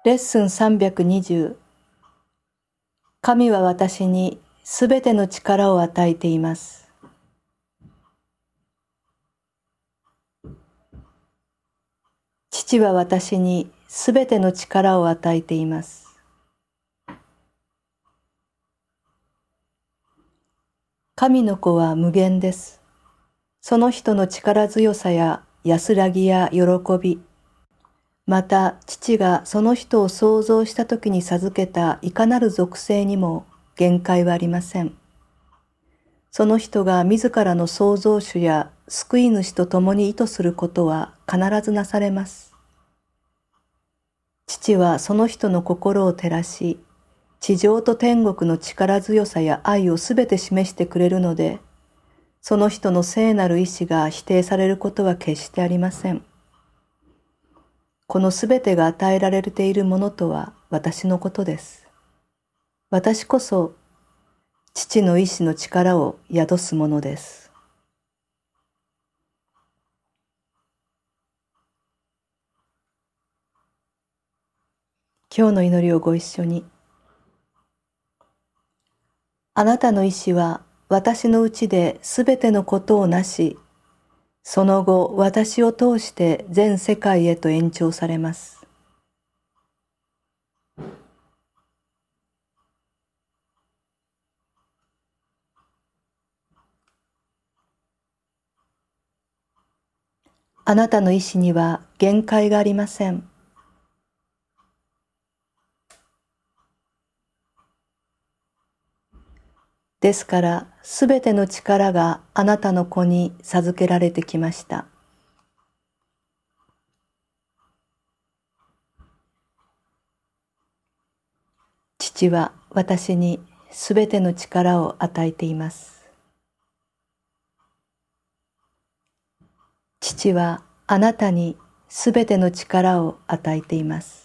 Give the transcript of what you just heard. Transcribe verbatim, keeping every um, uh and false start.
レッスンさんびゃくにじゅう。神は私にすべての力を与えています。父は私にすべての力を与えています。神の子は無限です。その人の力強さや安らぎや喜び、また父がその人を創造した時に授けたいかなる属性にも限界はありません。その人が自らの創造主や救い主と共に意図することは必ずなされます。父はその人の心を照らし、地上と天国の力強さや愛をすべて示してくれるので、その人の聖なる意志が否定されることは決してありません。このすべてが与えられているものとは私のことです。私こそ父の意志の力を宿すものです。今日の祈りをご一緒に。あなたの意志は私のうちですべてのことをなし、その後私を通して全世界へと延長されます。あなたの意志には限界がありません。ですから、すべての力があなたの子に授けられてきました。父は私にすべての力を与えています。父はあなたにすべての力を与えています。